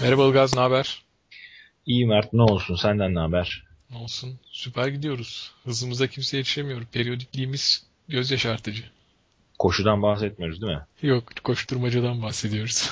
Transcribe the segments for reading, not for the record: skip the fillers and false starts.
Merhaba Ilgaz, ne haber? İyi Mert, ne olsun, senden ne haber? Ne olsun? Süper gidiyoruz. Hızımıza kimse yetişemiyor. Periyodikliğimiz göz yaşartıcı. Koşudan bahsetmiyoruz değil mi? Yok, koşturmacadan bahsediyoruz.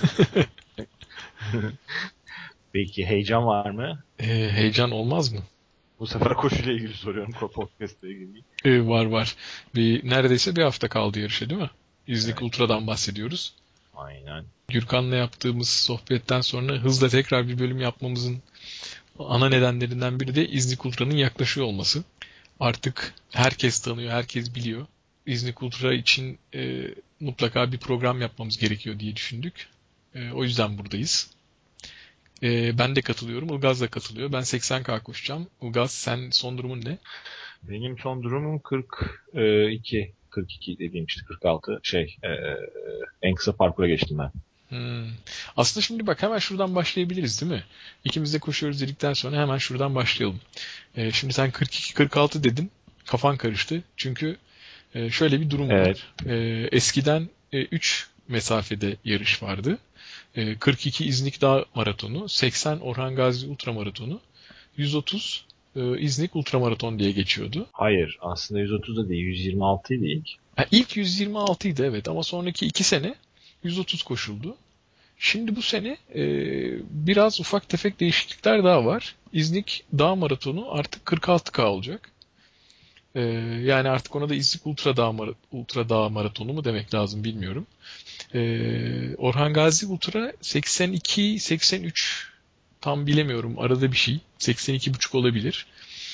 Peki heyecan var mı? Heyecan olmaz mı? Bu sefer koşuyla ilgili soruyorum. Podcast'la ilgili değil. Var var. Neredeyse bir hafta kaldı yarışa değil mi? İznik Evet, Ultra'dan bahsediyoruz. aynen. Gürkan'la yaptığımız sohbetten sonra hızla tekrar bir bölüm yapmamızın ana nedenlerinden biri de İznik Ultra'nın yaklaşıyor olması. Artık herkes tanıyor, herkes biliyor. İznik Ultra için mutlaka bir program yapmamız gerekiyor diye düşündük. O yüzden buradayız. Ben de katılıyorum. Ilgaz da katılıyor. Ben 80K koşacağım. Ilgaz sen son durumun ne? Benim son durumum 42. 42 dediğim işte 46. En kısa parkura geçtim ben. Hmm. Aslında şimdi bak hemen şuradan başlayabiliriz değil mi? İkimiz de koşuyoruz dedikten sonra hemen şuradan başlayalım. Şimdi sen 42-46 dedin. Kafan karıştı. Çünkü şöyle bir durum Evet. var. Eskiden 3 mesafede yarış vardı. 42 İznik Dağ Maratonu, 80 Orhan Gazi Ultramaratonu, 130 İznik Ultramaraton diye geçiyordu. Hayır, aslında 130 da değil, 126 idi ilk. Ha, ilk 126 idi evet ama sonraki 2 sene 130 koşuldu. Şimdi bu sene biraz ufak tefek değişiklikler daha var. İznik Dağ Maratonu artık 46K olacak. E, Yani artık ona da İznik Ultra Dağ Maratonu mu demek lazım bilmiyorum. Orhan Gazi Ultra 82-83 tam bilemiyorum. Arada bir şey. 82,5 olabilir.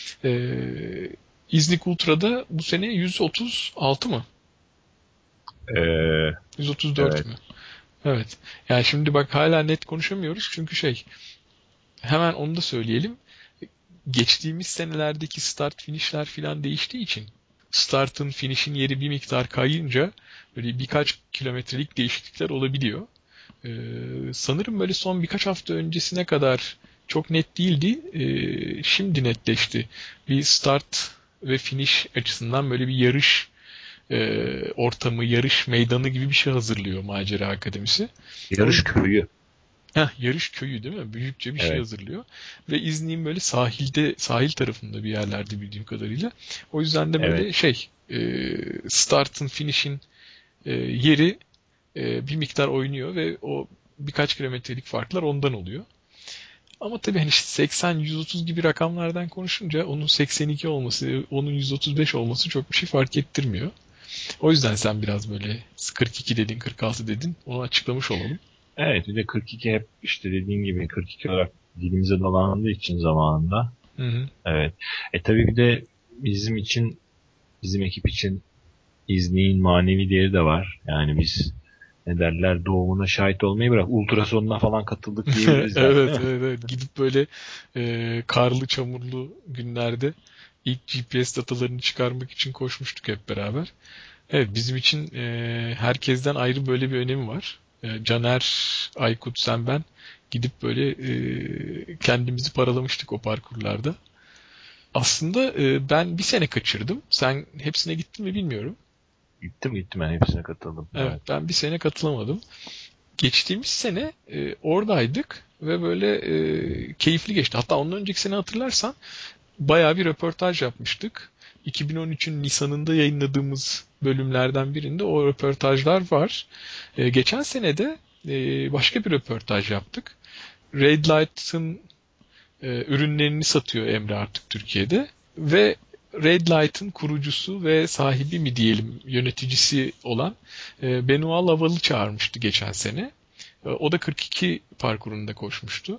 İznik Ultra'da bu sene 136 mı? Ee, 134 evet. mü? Evet. Yani şimdi bak hala net konuşamıyoruz çünkü hemen onu da söyleyelim. Geçtiğimiz senelerdeki start finishler filan değiştiği için startın finish'in yeri bir miktar kayınca böyle birkaç kilometrelik değişiklikler olabiliyor. Sanırım böyle son birkaç hafta öncesine kadar çok net değildi. Şimdi netleşti. Bir start ve finish açısından böyle bir yarış ortamı, yarış meydanı gibi bir şey hazırlıyor Macera Akademisi. O Yarış köyü. yarış köyü değil mi? Büyükçe bir şey Evet. hazırlıyor. Ve İznik'in böyle sahil tarafında bir yerlerde bildiğim kadarıyla. O yüzden de Evet. böyle startın, finish'in yeri bir miktar oynuyor ve o birkaç kilometrelik farklar ondan oluyor. Ama tabii hani işte 80-130 gibi rakamlardan konuşunca onun 82 olması, onun 135 olması çok bir şey fark ettirmiyor. O yüzden sen biraz böyle 42 dedin, 46 dedin. Onu açıklamış olalım. Evet, bir de 42 hep işte dediğin gibi 42 olarak dilimize dolandığı için zamanında. Hı hı. Evet. Tabii bir de bizim için, bizim ekip için İznik'in manevi değeri de var. Yani biz ne derler doğumuna şahit olmayı bırak ultrasonuna falan katıldık diyebiliriz yani Evet, değil mi? evet, evet. Gidip böyle karlı, çamurlu günlerde ilk GPS datalarını çıkarmak için koşmuştuk hep beraber. Evet, bizim için herkesten ayrı böyle bir önemi var. Caner, Aykut, sen ben gidip böyle kendimizi paralamıştık o parkurlarda. Aslında ben bir sene kaçırdım. Sen hepsine gittin mi bilmiyorum. Gittim ben hepsine katıldım. Evet, Evet. ben bir sene katılamadım. Geçtiğimiz sene oradaydık ve böyle keyifli geçti. Hatta ondan önceki sene hatırlarsan bayağı bir röportaj yapmıştık. 2013'ün Nisan'ında yayınladığımız bölümlerden birinde o röportajlar var. Geçen sene de başka bir röportaj yaptık. Red Light'ın ürünlerini satıyor Emre artık Türkiye'de ve Red Light'ın kurucusu ve sahibi mi diyelim yöneticisi olan Benoît Laval'ı çağırmıştı geçen sene. O da 42 parkurunda koşmuştu.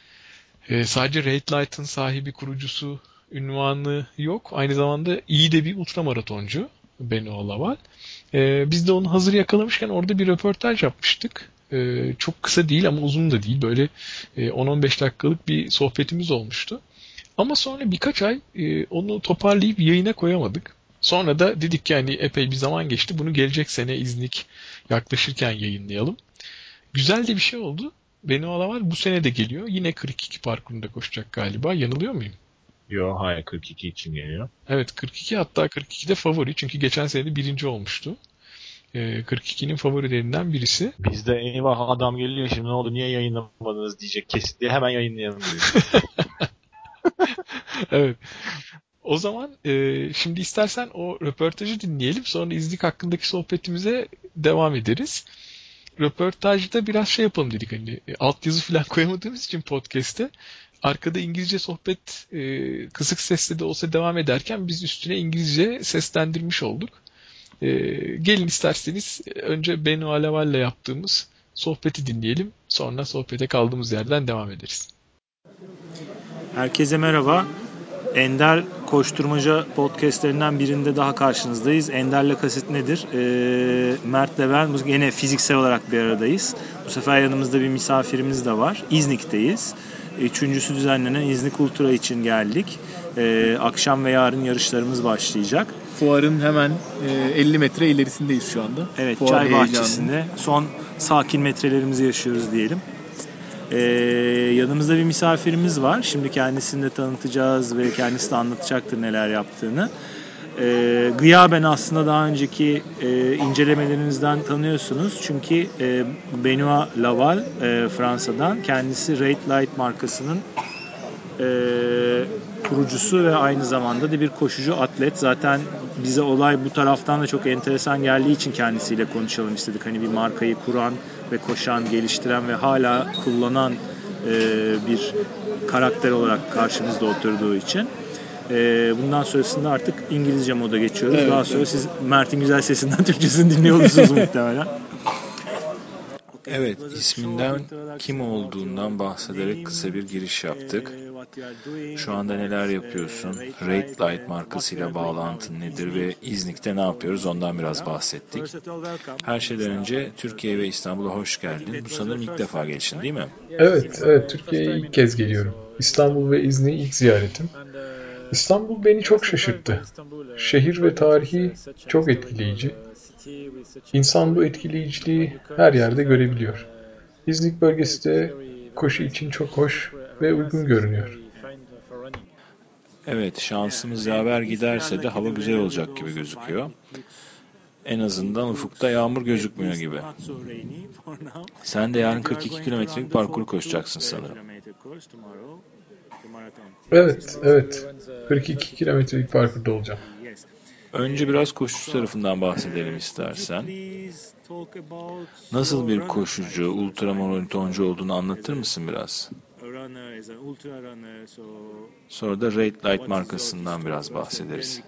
Sadece Red Light'ın sahibi kurucusu ünvanı yok. Aynı zamanda iyi de bir ultramaratoncu Benoît Laval. Biz de onu hazır yakalamışken orada bir röportaj yapmıştık. Çok kısa değil ama uzun da değil. Böyle 10-15 dakikalık bir sohbetimiz olmuştu. Ama sonra birkaç ay onu toparlayıp yayına koyamadık. Sonra da dedik ki yani epey bir zaman geçti. Bunu gelecek sene İznik yaklaşırken yayınlayalım. Güzel de bir şey oldu. Beni var bu sene de geliyor. Yine 42 parkurunda koşacak galiba. Yanılıyor muyum? Yo hayır 42 için geliyor. Evet 42 hatta 42'de favori. Çünkü geçen sene de birinci olmuştu. 42'nin favorilerinden birisi. Biz de eyvah adam geliyor şimdi ne oldu niye yayınlamadınız diyecek kesin diye hemen yayınlayalım diyor. Evet. O zaman şimdi istersen o röportajı dinleyelim. Sonra İznik hakkındaki sohbetimize devam ederiz. Röportajda biraz şey yapalım dedik hani altyazı falan koyamadığımız için podcast'te arkada İngilizce sohbet kısık sesle de olsa devam ederken biz üstüne İngilizce seslendirmiş olduk. Gelin isterseniz önce Benu Alaval'le yaptığımız sohbeti dinleyelim. Sonra sohbete kaldığımız yerden devam ederiz. Herkese merhaba. Ender Koşturmaca podcastlerinden birinde daha karşınızdayız. Ender'le kasıt nedir? Mert'le ben yine fiziksel olarak bir aradayız. Bu sefer yanımızda bir misafirimiz de var. İznik'teyiz. Üçüncüsü düzenlenen İznik Ultra için geldik. Akşam ve yarın yarışlarımız başlayacak. Fuarın hemen 50 metre ilerisindeyiz şu anda. Evet, Fuar çay heyecanlı. bahçesinde son sakin metrelerimizi yaşıyoruz diyelim. Yanımızda bir misafirimiz var. Şimdi kendisini de tanıtacağız ve kendisi de anlatacaktır neler yaptığını. Gıyaben aslında daha önceki incelemelerinizden tanıyorsunuz. Çünkü Benoît Laval Fransa'dan kendisi Red Light markasının kurucusu ve aynı zamanda da bir koşucu atlet. Zaten bize olay bu taraftan da çok enteresan geldiği için kendisiyle konuşalım istedik. Hani bir markayı kuran ve koşan, geliştiren ve hala kullanan bir karakter olarak karşımızda oturduğu için. Bundan sonrasında artık İngilizce moda geçiyoruz. Evet, daha sonra siz Mert'in güzel sesinden Türkçesini dinliyor olursunuz muhtemelen. Evet, isminden kim olduğundan bahsederek kısa bir giriş yaptık. Şu anda neler yapıyorsun? Red Light markasıyla bağlantın nedir ve İznik'te ne yapıyoruz? Ondan biraz bahsettik. Her şeyden önce Türkiye ve İstanbul'a hoş geldin. Bu sanırım ilk defa gelişin, değil mi? Evet, Türkiye'ye ilk kez geliyorum. İstanbul ve İznik'e ilk ziyaretim. İstanbul beni çok şaşırttı. Şehir ve tarihi çok etkileyici. İnsan bu etkileyiciliği her yerde görebiliyor. İznik bölgesi de koşu için çok hoş ve uygun görünüyor. Evet, şansımız yaver giderse de hava güzel olacak gibi gözüküyor. En azından ufukta yağmur gözükmüyor gibi. Sen de yarın 42 kilometrelik parkur koşacaksın sanırım. Evet. 42 kilometrelik parkurda olacağım. Önce biraz koşucu tarafından bahsedelim istersen. Nasıl bir koşucu, ultramaratoncu olduğunu anlatır mısın biraz? Sonra da Red Light markasından biraz bahsederiz.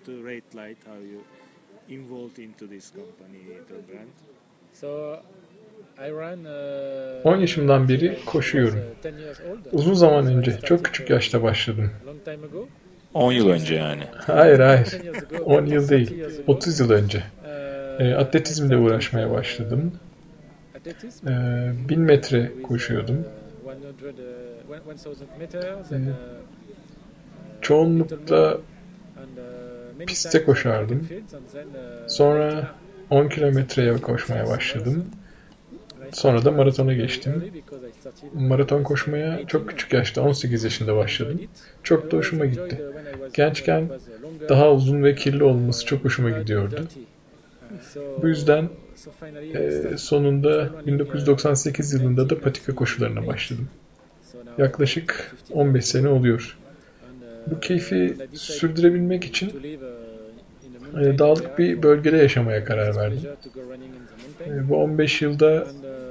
10 yaşımdan beri koşuyorum. Uzun zaman önce, çok küçük yaşta başladım. 10 yıl önce yani. Hayır. 10 yıl değil. 30 yıl önce. Atletizmle uğraşmaya başladım. 1000 metre koşuyordum. Çoğunlukla pistte koşardım. Sonra 10 kilometreye koşmaya başladım. Sonra da maratona geçtim. Maraton koşmaya çok küçük yaşta 18 yaşında başladım. Çok da hoşuma gitti. Gençken daha uzun ve kirli olması çok hoşuma gidiyordu. Bu yüzden sonunda 1998 yılında da patika koşularına başladım. Yaklaşık 15 sene oluyor. Bu keyfi sürdürebilmek için dağlık bir bölgede yaşamaya karar verdim. Bu 15 yılda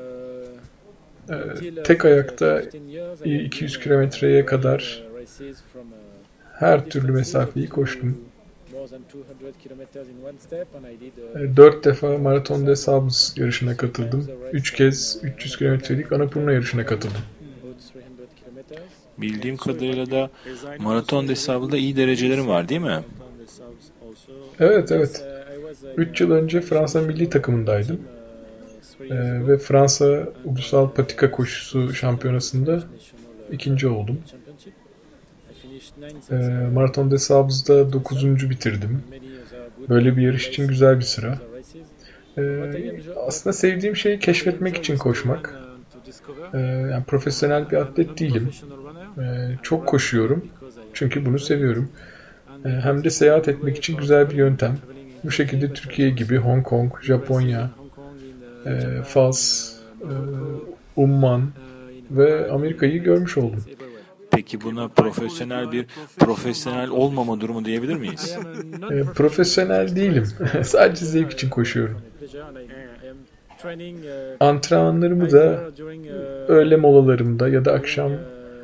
tek ayakta 200 kilometreye kadar her türlü mesafeyi koştum. 4 defa Marathon des Sables yarışına katıldım. 3 kez 300 kilometrelik Annapurna yarışına katıldım. Bildiğim kadarıyla da Marathon des Sables'da iyi derecelerim var değil mi? Evet. 3 yıl önce Fransa milli takımındaydım. Ve Fransa Ulusal Patika Koşusu Şampiyonası'nda ikinci oldum. Marathon des Sables'da 9. bitirdim. Böyle bir yarış için güzel bir sıra. Aslında sevdiğim şeyi keşfetmek için koşmak. Yani profesyonel bir atlet değilim. Çok koşuyorum. Çünkü bunu seviyorum. Hem de seyahat etmek için güzel bir yöntem. Bu şekilde Türkiye gibi Hong Kong, Japonya, Fas, Umman ve Amerika'yı görmüş oldum. Peki buna profesyonel olmama durumu diyebilir miyiz? Profesyonel değilim. Sadece zevk için koşuyorum. Antrenmanlarımı da öğle molalarımda ya da akşam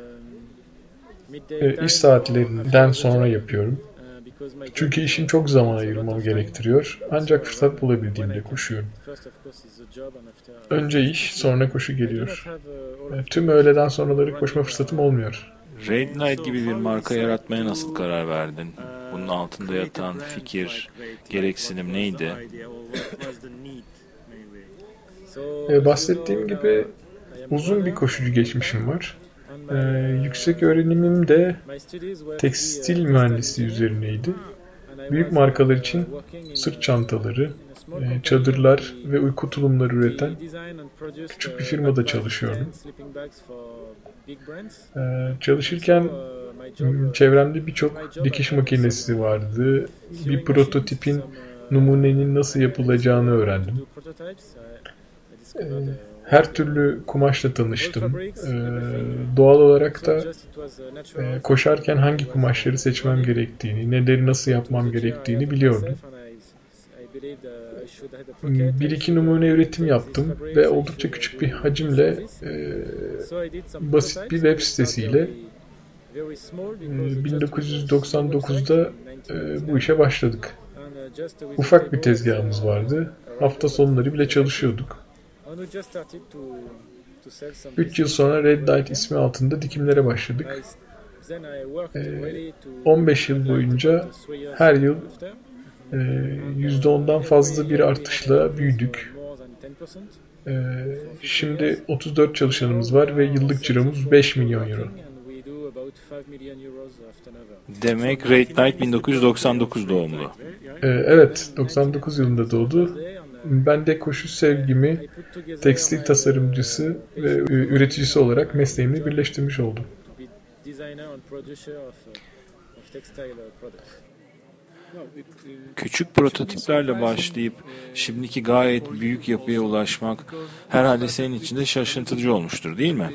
iş saatlerinden sonra yapıyorum. Çünkü işim çok zaman ayırmamı gerektiriyor. Ancak fırsat bulabildiğimde koşuyorum. Önce iş, sonra koşu geliyor. Tüm öğleden sonraları koşma fırsatım olmuyor. Red Knight gibi bir marka yaratmaya nasıl karar verdin? Bunun altında yatan fikir, gereksinim neydi? Bahsettiğim gibi uzun bir koşucu geçmişim var. Yüksek öğrenimim de tekstil mühendisliği üzerineydi. Büyük markalar için sırt çantaları, çadırlar ve uyku tulumları üreten küçük bir firmada çalışıyordum. Çalışırken çevremde birçok dikiş makinesi vardı. Bir prototipin, numunenin nasıl yapılacağını öğrendim. Her türlü kumaşla tanıştım. Doğal olarak da koşarken hangi kumaşları seçmem gerektiğini, neleri nasıl yapmam gerektiğini biliyordum. Bir iki numune üretim yaptım ve oldukça küçük bir hacimle basit bir web sitesiyle 1999'da bu işe başladık. Ufak bir tezgahımız vardı. Hafta sonları bile çalışıyorduk. 3 yıl sonra Red Knight ismi altında dikimlere başladık. 15 yıl boyunca her yıl %10'dan fazla bir artışla büyüdük. Şimdi 34 çalışanımız var ve yıllık ciromuz 5 milyon euro. Demek Red Knight 1999 doğumlu. Evet, 99 yılında doğdu. Ben de koşu sevgimi tekstil tasarımcısı ve üreticisi olarak mesleğimle birleştirmiş oldum. Küçük prototiplerle başlayıp şimdiki gayet büyük yapıya ulaşmak herhalde senin için de şaşırtıcı olmuştur, değil mi?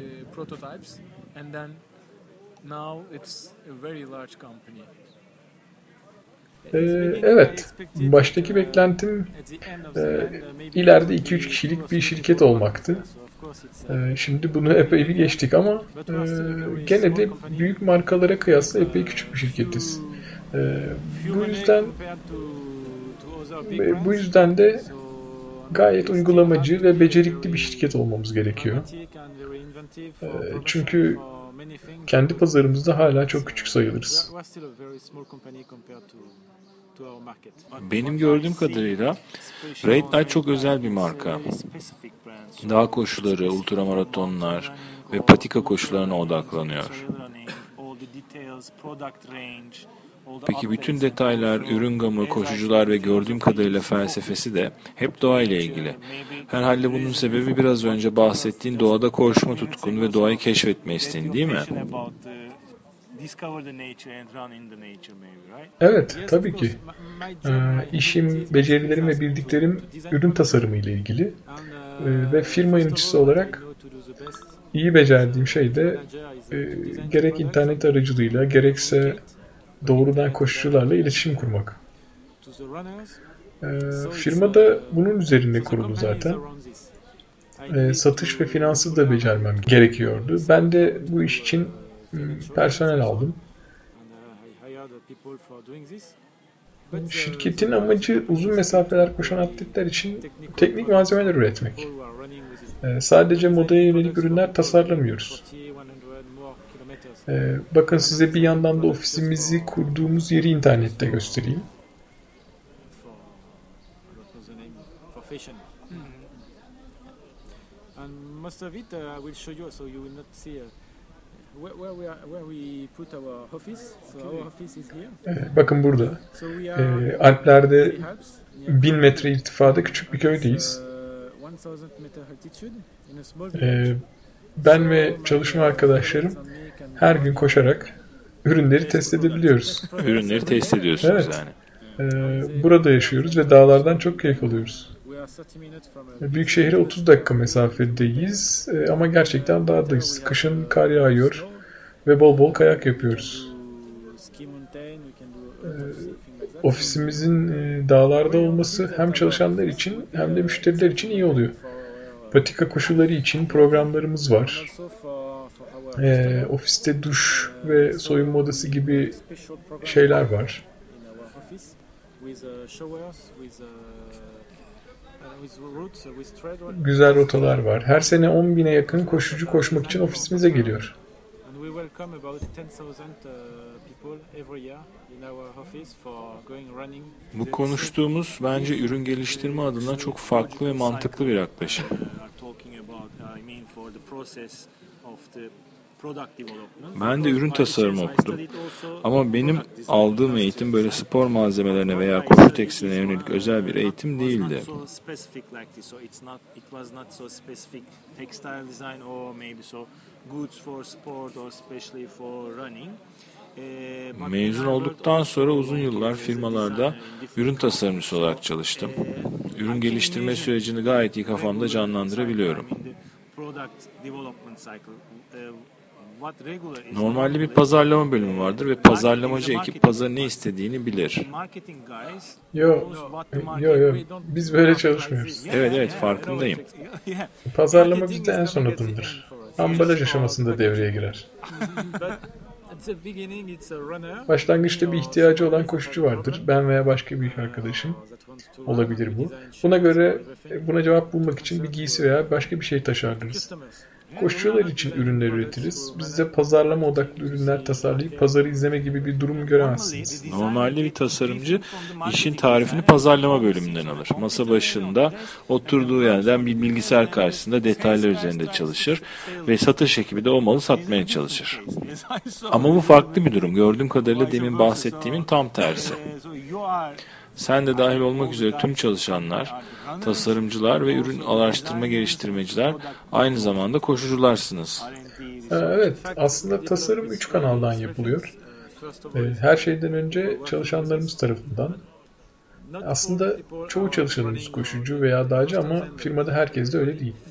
Evet, baştaki beklentim ileride 2-3 kişilik bir şirket olmaktı. Şimdi bunu epey bir geçtik ama gene de büyük markalara kıyasla epey küçük bir şirketiz. Bu yüzden bu yüzden de gayet uygulamacı ve becerikli bir şirket olmamız gerekiyor. Çünkü kendi pazarımızda hala çok küçük sayılırız. Benim gördüğüm kadarıyla Red Knight çok özel bir marka. Dağ koşuları, ultramaratonlar ve patika koşularına odaklanıyor. Peki bütün detaylar, ürün gamı, koşucular ve gördüğüm kadarıyla felsefesi de hep doğayla ilgili. Herhalde bunun sebebi biraz önce bahsettiğin doğada koşma tutkun ve doğayı keşfetme isteğin, değil mi? Evet, tabii ki. İşim, becerilerim ve bildiklerim ürün tasarımı ile ilgili. Ve firma yöneticisi olarak iyi becerdiğim şey de gerek internet aracılığıyla gerekse doğrudan koşucularla iletişim kurmak. Firma da bunun üzerine kurulu zaten. Satış ve finansı da becermem gerekiyordu. Ben de bu iş için personel aldım. Şirketin amacı uzun mesafeler koşan atletler için teknik malzemeler üretmek. Sadece modaya yönelik ürünler tasarlamıyoruz. Bakın size bir yandan da ofisimizi kurduğumuz yeri internette göstereyim. Bakın burada. Alplerde 1000 metre irtifada küçük bir köydeyiz. Ben ve çalışma arkadaşlarım her gün koşarak ürünleri test edebiliyoruz. Ürünleri test ediyorsunuz Evet. yani. Burada yaşıyoruz ve dağlardan çok keyif alıyoruz. Büyük şehre 30 dakika mesafedeyiz ama gerçekten dağdayız. Kışın kar yağıyor ve bol bol kayak yapıyoruz. Ofisimizin dağlarda olması hem çalışanlar için hem de müşteriler için iyi oluyor. Patika koşuları için programlarımız var. Ofiste duş ve soyunma odası gibi şeyler var. Güzel rotalar var. Her sene 10.000'e yakın koşucu koşmak için ofisimize geliyor. Bu konuştuğumuz bence ürün geliştirme adına çok farklı ve mantıklı bir yaklaşım. Ben de ürün tasarımı okudum. Ama benim aldığım eğitim böyle spor malzemelerine veya koşu tekstiline yönelik özel bir eğitim değildi. Mezun olduktan sonra uzun yıllar firmalarda ürün tasarımcısı olarak çalıştım. Ürün geliştirme sürecini gayet iyi kafamda canlandırabiliyorum. Normalde bir pazarlama bölümü vardır ve pazarlamacı ekip pazarın ne istediğini bilir. Yo. Biz böyle çalışmıyoruz. Evet, farkındayım. Pazarlama bizde en son adımdır. Ambalaj aşamasında devreye girer. Başlangıçta bir ihtiyacı olan koşucu vardır. Ben veya başka bir arkadaşım. Olabilir bu. Buna cevap bulmak için bir giysi veya başka bir şey tasarlarız. Koşucular için ürünler üretiriz. Biz de pazarlama odaklı ürünler tasarlayıp pazarı izleme gibi bir durum göremezsiniz. Normalde bir tasarımcı işin tarifini pazarlama bölümünden alır. Masa başında oturduğu yerden bir bilgisayar karşısında detaylar üzerinde çalışır ve satış ekibi de o malı satmaya çalışır. Ama bu farklı bir durum. Gördüğüm kadarıyla demin bahsettiğimin tam tersi. Sen de dahil olmak üzere tüm çalışanlar, tasarımcılar ve ürün araştırma geliştirmeciler aynı zamanda koşucularsınız. Evet, aslında tasarım 3 kanaldan yapılıyor. Her şeyden önce çalışanlarımız tarafından. Aslında çoğu çalışanımız koşucu veya dağcı ama firmada herkes de öyle değil.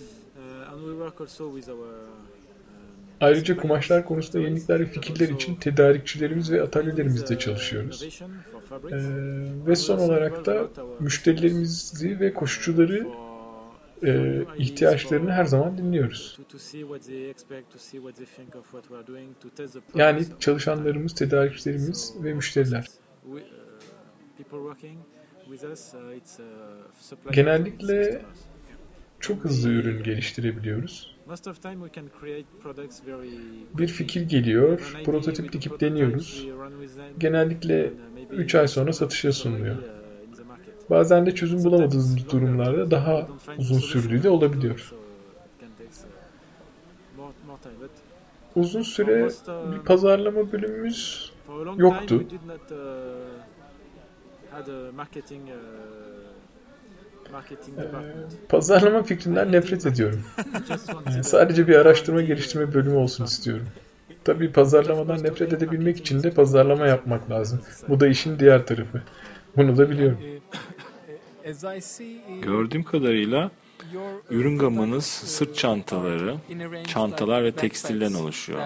Ayrıca kumaşlar konusunda yenilikler ve fikirler için tedarikçilerimiz ve atölyelerimizde çalışıyoruz. Ve son olarak da müşterilerimizi ve koşucuları ihtiyaçlarını her zaman dinliyoruz. Yani çalışanlarımız, tedarikçilerimiz ve müşteriler. Genellikle çok hızlı ürün geliştirebiliyoruz. Bir fikir geliyor, prototip dikip deniyoruz. Genellikle 3 ay sonra satışa sunuluyor. Bazen de çözüm bulamadığımız durumlarda daha uzun sürdüğü de olabiliyor. Uzun süre bir pazarlama bölümümüz yoktu. Pazarlama fikrinden nefret ediyorum. Sadece bir araştırma geliştirme bölümü olsun istiyorum. Tabii pazarlamadan nefret edebilmek için de pazarlama yapmak lazım. Bu da işin diğer tarafı. Bunu da biliyorum. Gördüğüm kadarıyla ürün gamınız sırt çantaları, çantalar ve tekstilden oluşuyor.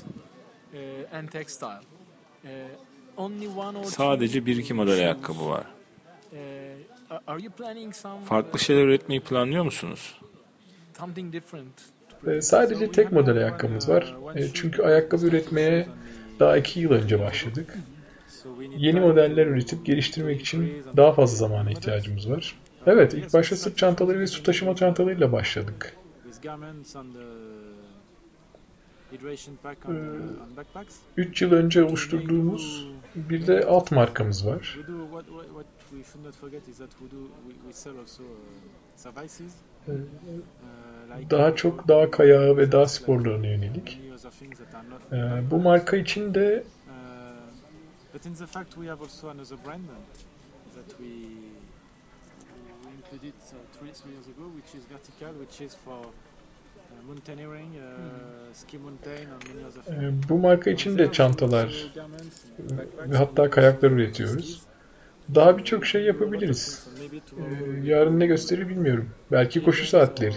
Sadece bir iki model ayakkabı var. Farklı şeyler üretmeyi planlıyor musunuz? Sadece tek model ayakkabımız var. Çünkü ayakkabı üretmeye daha 2 yıl önce başladık. Yeni modeller üretip geliştirmek için daha fazla zamana ihtiyacımız var. Evet, ilk başta sırt çantaları ve su taşıma çantalarıyla başladık. 3 yıl önce oluşturduğumuz bir de alt markamız var. Daha çok dağ kayağı ve dağ sporlarına yönelik. Bu marka için de çantalar ve hatta kayaklar üretiyoruz. Daha birçok şey yapabiliriz. Yarın ne gösterir bilmiyorum. Belki koşu saatleri.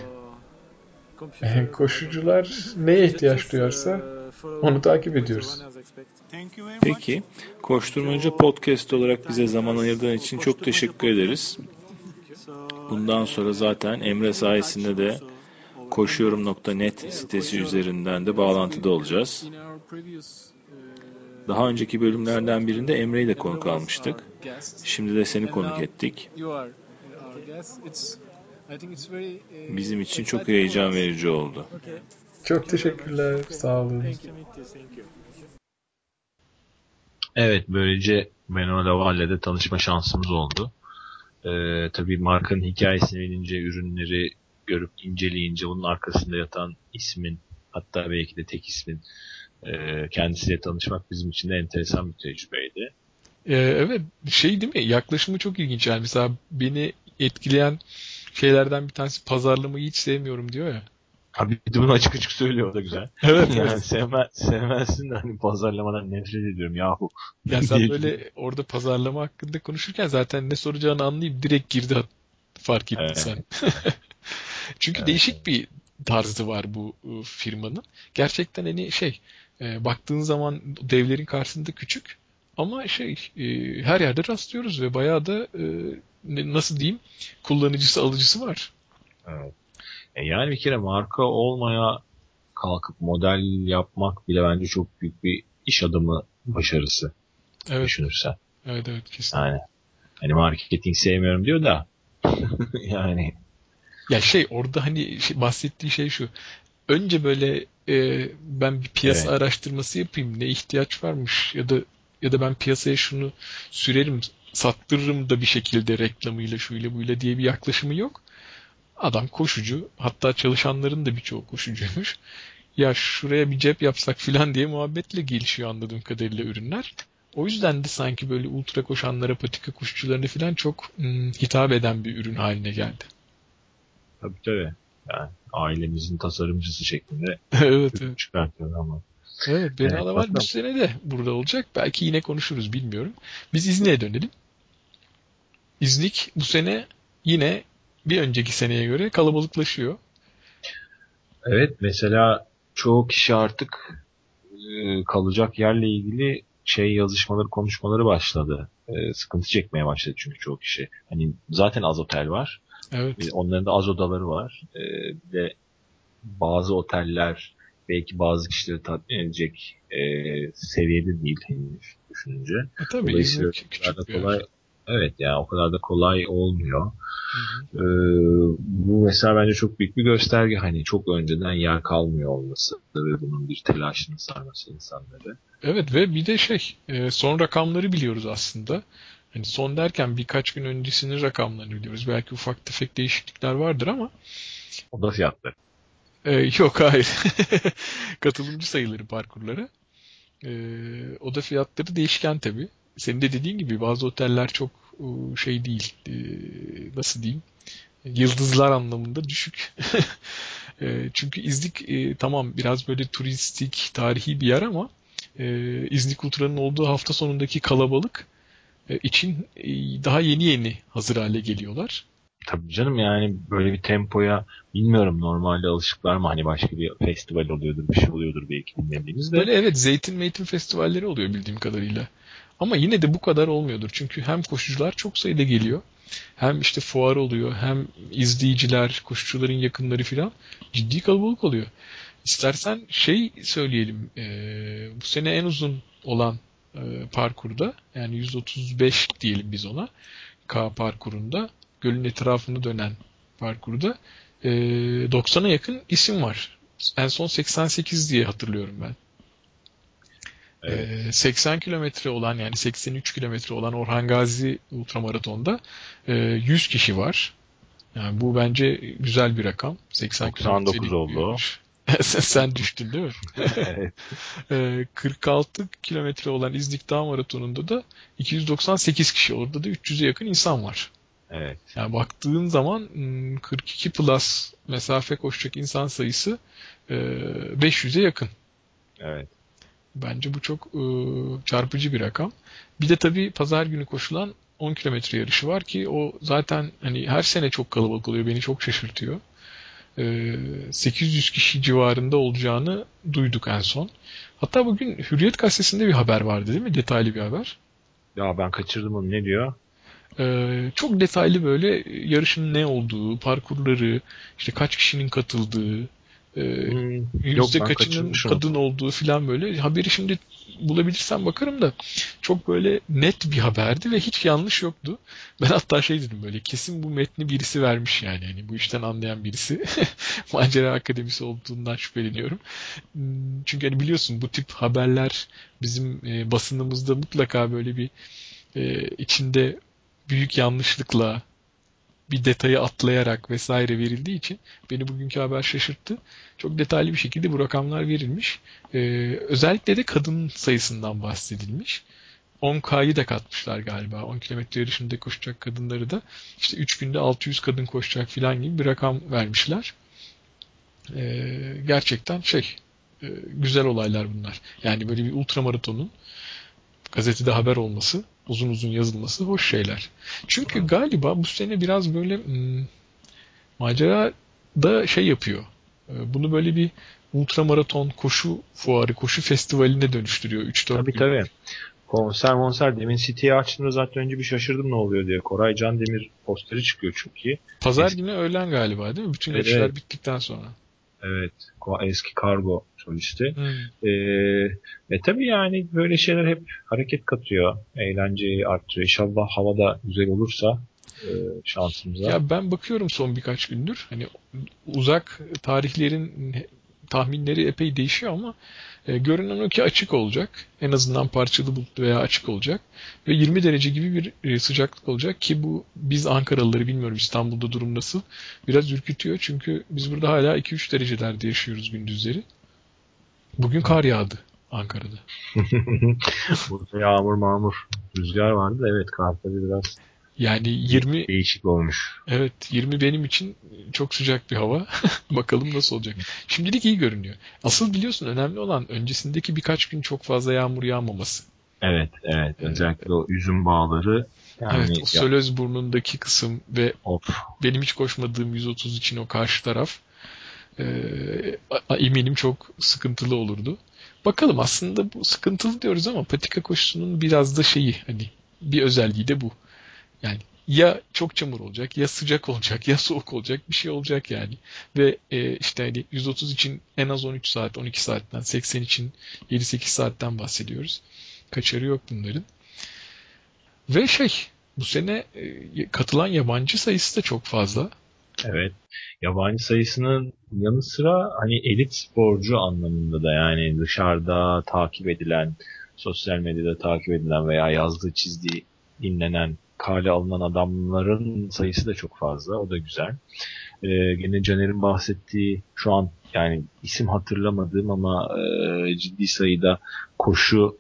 Koşucular neye ihtiyaç duyarsa onu takip ediyoruz. Peki, Koşturmacı Podcast olarak bize zaman ayırdığın için çok teşekkür ederiz. Bundan sonra zaten Emre sayesinde de koşuyorum.net sitesi üzerinden de bağlantıda olacağız. Daha önceki bölümlerden birinde Emre'yi de konuk almıştık. Şimdi de seni konuk ettik. Bizim için çok heyecan verici oldu. Çok teşekkürler. Sağ olun. Evet, böylece Benoît Lavalle'de tanışma şansımız oldu. Tabii markanın hikayesini bilince, ürünleri görüp inceleyince onun arkasında yatan ismin, hatta belki de tek ismin kendisiyle tanışmak bizim için de enteresan bir tecrübeydi. Evet, şey değil mi? Yaklaşımı çok ilginç. Yani mesela beni etkileyen şeylerden bir tanesi pazarlamayı hiç sevmiyorum diyor ya. Abi bir de bunu açık açık söylüyor, o da güzel. Evet, Yani evet. sevmezsin de hani pazarlamadan nefret ediyorum yahu. Ya sen diye. böyle orada pazarlama hakkında konuşurken zaten ne soracağını anlayıp direkt girdi, fark ettin sen. Evet, Çünkü evet, değişik evet. bir tarzı var bu firmanın. Gerçekten hani baktığın zaman devlerin karşısında küçük ama her yerde rastlıyoruz ve bayağı da nasıl diyeyim, kullanıcısı alıcısı var. Evet. Yani bir kere marka olmaya kalkıp model yapmak bile bence çok büyük bir iş adamı başarısı, Evet, düşünürsen. evet, evet, kesin. Yani hani marketing sevmiyorum diyor da yani Ya orada hani bahsettiği şey şu. Önce böyle ben bir piyasa evet, araştırması yapayım. Ne ihtiyaç varmış ya da ben piyasaya şunu sürerim, sattırırım da bir şekilde reklamıyla şuyla buyla diye bir yaklaşımı yok. Adam koşucu. Hatta çalışanların da birçoğu koşucuymuş. Ya şuraya bir cep yapsak filan diye muhabbetle gelişiyor anladığım kadarıyla ürünler. O yüzden de sanki böyle ultra koşanlara, patika koşucularına filan çok hitap eden bir ürün haline geldi. tabii. Yani ailemizin tasarımcısı şeklinde Evet, ürün evet. çıkartıyor ama. Evet, Beno Evet, Laval bu bakalım. sene de burada olacak. Belki yine konuşuruz, bilmiyorum. Biz İznik'e dönelim. İznik bu sene yine bir önceki seneye göre kalabalıklaşıyor. Evet, mesela çoğu kişi artık kalacak yerle ilgili yazışmaları, konuşmaları başladı. Sıkıntı çekmeye başladı çünkü çoğu kişi. Hani zaten az otel var. Evet. Onların da az odaları var. Bir de bazı oteller belki bazı kişileri tatmin edecek seviyede değil henüz düşününce. Tabii Dolayısıyla İznik o kadar da küçük bir kolay, yer. evet yani o kadar da kolay olmuyor. Hı hı. Ee, Bu mesela bence çok büyük bir gösterge, hani çok önceden yer kalmıyor olması ve bunun bir telaşını sarması insanları. Evet ve bir de son rakamları biliyoruz aslında. Hani son derken birkaç gün öncesinin rakamlarını biliyoruz. Belki ufak tefek değişiklikler vardır ama O da fiyatları. yok, hayır. Katılımcı sayıları, parkurları. O da fiyatları değişken tabii. Senin de dediğin gibi bazı oteller çok değil. Nasıl diyeyim? Yıldızlar anlamında düşük. Çünkü İznik tamam biraz böyle turistik, tarihi bir yer ama İznik Ultra'nın olduğu hafta sonundaki kalabalık için daha yeni yeni hazır hale geliyorlar. Tabii canım, yani böyle bir tempoya bilmiyorum normalde alışıklar mı, hani başka bir festival oluyordur, bir şey oluyordur belki bilmediğimiz de. Böyle evet, zeytin meytin festivalleri oluyor bildiğim kadarıyla. Ama yine de bu kadar olmuyordur. Çünkü hem koşucular çok sayıda geliyor. Hem fuar oluyor. Hem izleyiciler, koşucuların yakınları filan ciddi kalabalık oluyor. İstersen söyleyelim. Bu sene en uzun olan parkurda, yani 135 diyelim biz ona. K parkurunda, gölün etrafını dönen parkurda 90'a yakın isim var. En son 88 diye hatırlıyorum ben. Evet. 80 kilometre olan, yani 83 kilometre olan Orhan Gazi ultramaratonda 100 kişi var. Yani bu bence güzel bir rakam. 80 99 kilometrelik bir oldu o. yarış. Sen düştün değil mi? Evet. 46 kilometre olan İznik Dağ Maratonu'nda da 298 kişi. Orada da 300'e yakın insan var. Evet. Yani baktığın zaman 42 plus mesafe koşacak insan sayısı 500'e yakın. Evet. Bence bu çok çarpıcı bir rakam. Bir de tabii pazar günü koşulan 10 kilometre yarışı var ki o zaten hani her sene çok kalabalık oluyor. Beni çok şaşırtıyor. 800 kişi civarında olacağını duyduk en son. Hatta bugün Hürriyet Gazetesi'nde bir haber vardı değil mi? Detaylı bir haber. Ya ben kaçırdım onu. Ne diyor? Çok detaylı böyle yarışın ne olduğu, parkurları, işte kaç kişinin katıldığı, e, Yok, yüzde ben kaçının kaçırmışım. kadın olduğu falan böyle. Haberi şimdi bulabilirsem bakarım da çok böyle net bir haberdi ve hiç yanlış yoktu. Ben hatta şey dedim böyle kesin bu metni birisi vermiş yani. Hani bu işten anlayan birisi. Macera Akademisi olduğundan şüpheleniyorum. Çünkü hani biliyorsun bu tip haberler bizim basınımızda mutlaka böyle bir içinde büyük yanlışlıkla bir detayı atlayarak vesaire verildiği için beni bugünkü haber şaşırttı. Çok detaylı bir şekilde bu rakamlar verilmiş. Özellikle de kadın sayısından bahsedilmiş. 10K'yı da katmışlar galiba. 10 kilometre yarışında koşacak kadınları da işte 3 günde 600 kadın koşacak filan gibi bir rakam vermişler. Gerçekten güzel olaylar bunlar. Yani böyle bir ultramaratonun gazetede haber olması, uzun uzun yazılması hoş şeyler. Çünkü galiba bu sene biraz böyle macera da yapıyor. Bunu böyle bir ultramaraton koşu fuarı, koşu festivaline dönüştürüyor 3-4 Tabii gün. tabii. Konser. Demin City'yi açtığımda zaten önce bir şaşırdım ne oluyor diye. Koray Candemir posteri çıkıyor çok iyi. Pazar Eski, günü öğlen galiba değil mi? Bütün evet, evet. yarışlar bittikten sonra. Evet. Eski kargo solisti. Hmm. Tabii yani böyle şeyler hep hareket katıyor. Eğlenceyi arttırıyor. İnşallah hava da güzel olursa şansımıza. Ya ben bakıyorum son birkaç gündür. Hani uzak tarihlerin tahminleri epey değişiyor ama görünen o ki açık olacak. En azından parçalı bulutlu veya açık olacak. Ve 20 derece gibi bir sıcaklık olacak ki bu biz Ankaralıları bilmiyorum İstanbul'da durum nasıl. Biraz ürkütüyor çünkü biz burada hala 2-3 derecelerde yaşıyoruz gündüzleri. Bugün kar yağdı Ankara'da. Burada yağmur mağmur rüzgar vardı da evet kartları biraz Yani 20 değişik olmuş. evet 20 benim için çok sıcak bir hava. Bakalım nasıl olacak. Şimdilik iyi görünüyor. Asıl biliyorsun önemli olan öncesindeki birkaç gün çok fazla yağmur yağmaması. Evet. Ee, Özellikle o üzüm bağları evet yani o ya, Sölözburnu'ndaki kısım ve of. benim hiç koşmadığım 130 için o karşı taraf eminim çok sıkıntılı olurdu. Bakalım aslında bu sıkıntılı diyoruz ama patika koşusunun biraz da hani bir özelliği de bu. Yani ya çok çamur olacak, ya sıcak olacak, ya soğuk olacak bir şey olacak yani. Ve işte hani 130 için en az 13 saat, 12 saatten, 80 için 7-8 saatten bahsediyoruz. Kaçarı yok bunların. Ve bu sene katılan yabancı sayısı da çok fazla. Evet. Yabancı sayısının yanı sıra hani elit sporcu anlamında da yani dışarıda takip edilen, sosyal medyada takip edilen veya yazdığı çizdiği dinlenen, kale alınan adamların sayısı da çok fazla. O da güzel. Gene Caner'in bahsettiği şu an yani isim hatırlamadığım ama ciddi sayıda koşu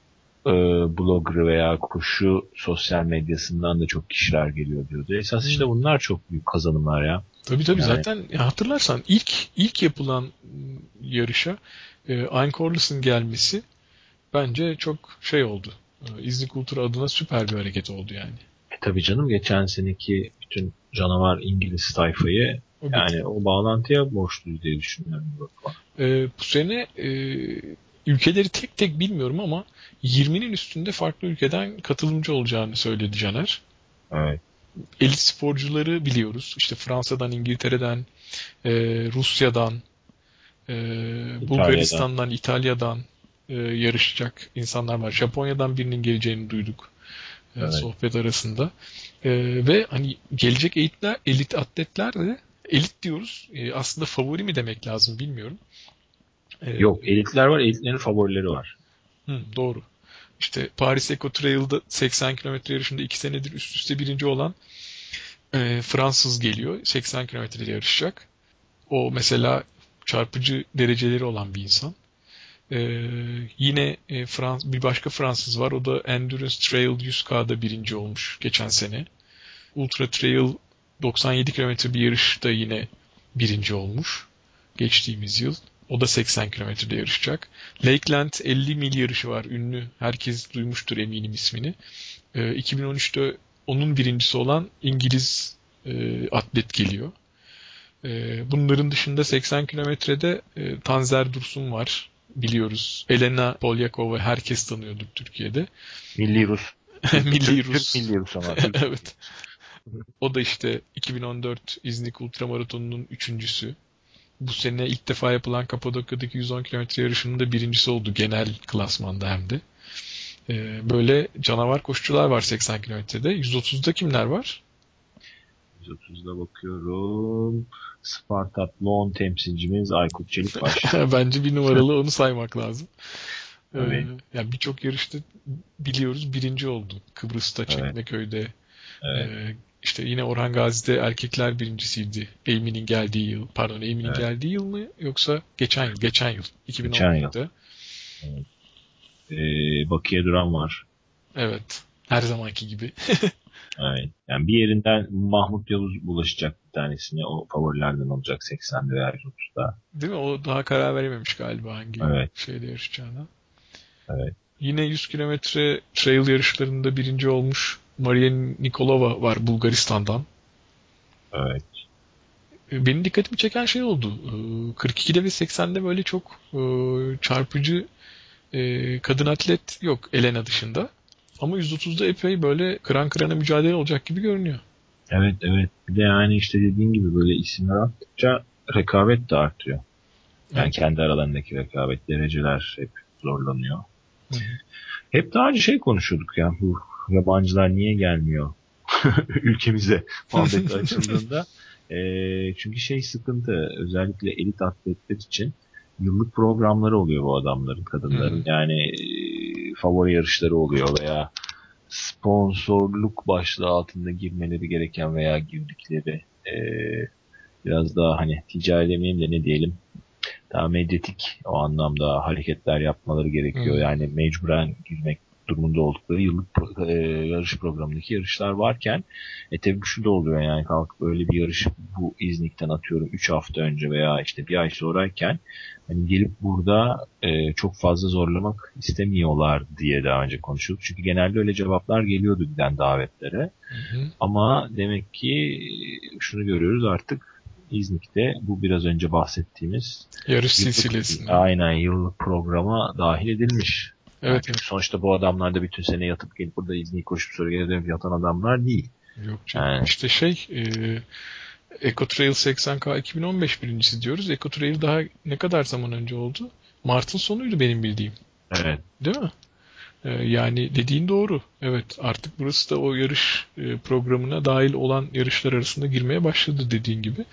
blogger veya koşu sosyal medyasından da çok kişiler geliyor diyordu. Esas işte Hmm. bunlar çok büyük kazanımlar ya. Tabii Yani zaten ya hatırlarsan ilk yapılan yarışa Ayn Corliss'in gelmesi bence çok oldu. İznik Ultra adına süper bir hareket oldu yani. tabii canım geçen seneki bütün canavar İngiliz tayfayı O yani getirdi. o bağlantıya borçluyuz diye düşünüyorum. Bu sene ülkeleri tek tek bilmiyorum ama 20'nin üstünde farklı ülkeden katılımcı olacağını söyledi Caner. Evet. Elit sporcuları biliyoruz. İşte Fransa'dan, İngiltere'den, Rusya'dan, e, İtalya'dan. Bulgaristan'dan, İtalya'dan yarışacak insanlar var. Japonya'dan birinin geleceğini duyduk Evet. sohbet arasında. Ve hani gelecek elit atletler de elit diyoruz. Aslında favori mi demek lazım bilmiyorum. E, Yok elitler var, elitlerin favorileri var. doğru. İşte Paris Eco Trail'da 80 kilometre yarışında 2 senedir üst üste birinci olan Fransız geliyor. 80 kilometrede yarışacak. O mesela çarpıcı dereceleri olan bir insan. Yine bir başka Fransız var. O da Endurance Trail 100K'da birinci olmuş geçen sene. Ultra Trail 97 kilometre bir yarışta yine birinci olmuş geçtiğimiz yıl. O da 80 kilometrede yarışacak. Lakeland 50 mil yarışı var ünlü. Herkes duymuştur eminim ismini. 2013'te onun birincisi olan İngiliz atlet geliyor. Bunların dışında 80 kilometrede Tanzer Dursun var. Biliyoruz. Elena Polyakova herkes tanıyordur Türkiye'de. Milli Rus. Milli Rus. Türk Milli Rus ama. Evet. O da işte 2014 İznik Ultramaratonunun üçüncüsü. Bu sene ilk defa yapılan Kapadokya'daki 110 kilometre yarışının da birincisi oldu genel klasmanda hem de. Böyle canavar koşucular var 80 kilometrede. 130'da kimler var? 130'da bakıyorum. Spartathlon temsilcimiz Aykut Çelik var. Bence bir numaralı onu saymak lazım. Evet. Yani birçok yarışta biliyoruz birinci oldu. Kıbrıs'ta, Çekmeköy'de. Evet. İşte yine Orhan Gazi'de erkekler birincisiydi. Amy'nin geldiği yıl. Pardon, Amy'nin geldiği yıl mı yoksa geçen yıl? Geçen yıl. 2014'te. Evet. Bakiye Duran var. Evet. Her zamanki gibi. Evet. Yani bir yerinden Mahmut Yavuz bulaşacak bir tanesine. O favorilerden olacak 80'de veya 130'da. Değil mi? O daha karar verememiş galiba hangi şeyde yarışacağına. Evet. Yine 100 kilometre trail yarışlarında birinci olmuş Maria Nikolova var Bulgaristan'dan. Evet. Benim dikkatimi çeken şey oldu. 42'de ve 80'de böyle çok çarpıcı kadın atlet yok Elena dışında. Ama 130'da epey böyle kıran kırana mücadele olacak gibi görünüyor. Evet. Bir de yani işte dediğin gibi böyle isimler arttıkça rekabet de artıyor. Yani Evet. kendi aralarındaki rekabet, dereceler hep zorlanıyor. Hı. Hep daha önce konuşuyorduk ya, bu yabancılar niye gelmiyor ülkemize muhabbeti açıldığında. Çünkü sıkıntı, özellikle elit atletler için yıllık programları oluyor bu adamların, kadınların. Yani favori yarışları oluyor veya sponsorluk başlığı altında girmeleri gereken veya girdikleri biraz daha hani ticari demeyeyim de ne diyelim, daha medyatik o anlamda hareketler yapmaları gerekiyor. Yani mecburen girmek durumunda oldukları yıllık yarış programındaki yarışlar varken tabii şu da oluyor, yani kalkıp öyle bir yarış bu İznik'ten atıyorum 3 hafta önce veya işte bir ay sonrayken hani gelip burada çok fazla zorlamak istemiyorlar diye daha önce konuşuyorduk. Çünkü genelde öyle cevaplar geliyordu giden davetlere. Ama demek ki şunu görüyoruz artık, İznik'te bu biraz önce bahsettiğimiz yarış silsilesinde. Aynen, yıllık programa dahil edilmiş. Evet, Yani çünkü sonuçta bu adamlar da bütün sene yatıp gelip burada İznik'i koşup sonra geri dönüp yatan adamlar değil. Yok canım. İşte EcoTrail 80K 2015 birincisi diyoruz. EcoTrail daha ne kadar zaman önce oldu? Mart'ın sonuydu benim bildiğim. Evet. Değil mi? Yani dediğin doğru. Evet, artık burası da o yarış programına dahil olan yarışlar arasında girmeye başladı dediğin gibi.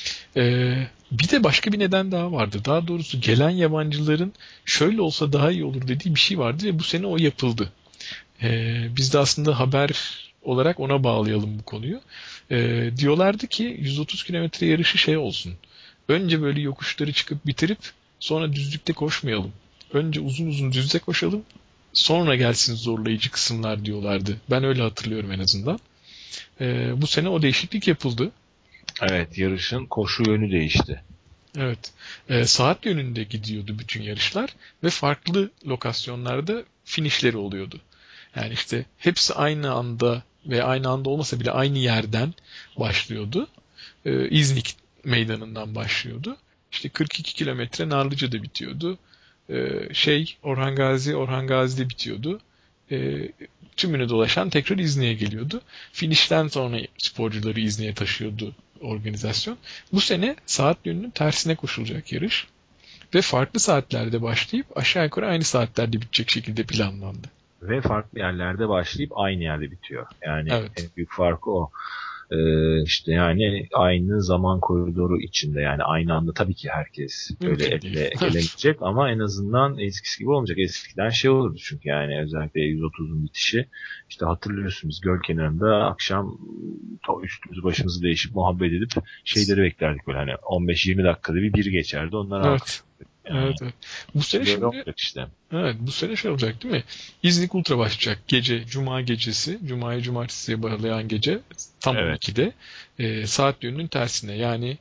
Bir de başka bir neden daha vardı. Daha doğrusu gelen yabancıların şöyle olsa daha iyi olur dediği bir şey vardı ve bu sene o yapıldı. Biz de aslında haber olarak ona bağlayalım bu konuyu. Diyorlardı ki 130 kilometre yarışı olsun. Önce böyle yokuşları çıkıp bitirip sonra düzlükte koşmayalım. Önce uzun uzun düzde koşalım. Sonra gelsin zorlayıcı kısımlar diyorlardı. Ben öyle hatırlıyorum en azından. Bu sene o değişiklik yapıldı. Evet, yarışın koşu yönü değişti. Evet. Saat yönünde gidiyordu bütün yarışlar ve farklı lokasyonlarda finişleri oluyordu. Yani işte hepsi aynı anda ve aynı anda olmasa bile aynı yerden başlıyordu. İznik meydanından başlıyordu. İşte 42 kilometre Narlıca'da bitiyordu. Orhan Gazi'de bitiyordu. Tümünü dolaşan tekrar İznik'e geliyordu. Finişten sonra sporcuları İznik'e taşıyordu organizasyon. Bu sene saat yönünün tersine koşulacak yarış. Ve farklı saatlerde başlayıp aşağı yukarı aynı saatlerde bitecek şekilde planlandı. Ve farklı yerlerde başlayıp aynı yerde bitiyor. Yani en büyük farkı o. İşte yani aynı zaman koridoru içinde, yani aynı anda tabii ki herkes böyle elle gelemeyecek ama en azından eskisi gibi olmayacak. Eskiden olurdu çünkü, yani özellikle 130'un bitişi, işte hatırlıyorsunuz göl kenarında akşam üstümüzü başımızı değişip muhabbet edip şeyleri beklerdik, böyle hani 15-20 dakikada bir geçerdi, onlar alkış. Yani, evet. Bu sene şimdi işte. Evet, bu sene olacak değil mi? İznik Ultra başlayacak gece, Cuma gecesi, Cuma'yı Cumartesi'ye bağlayan gece tam 12'de saat yönünün tersine, yani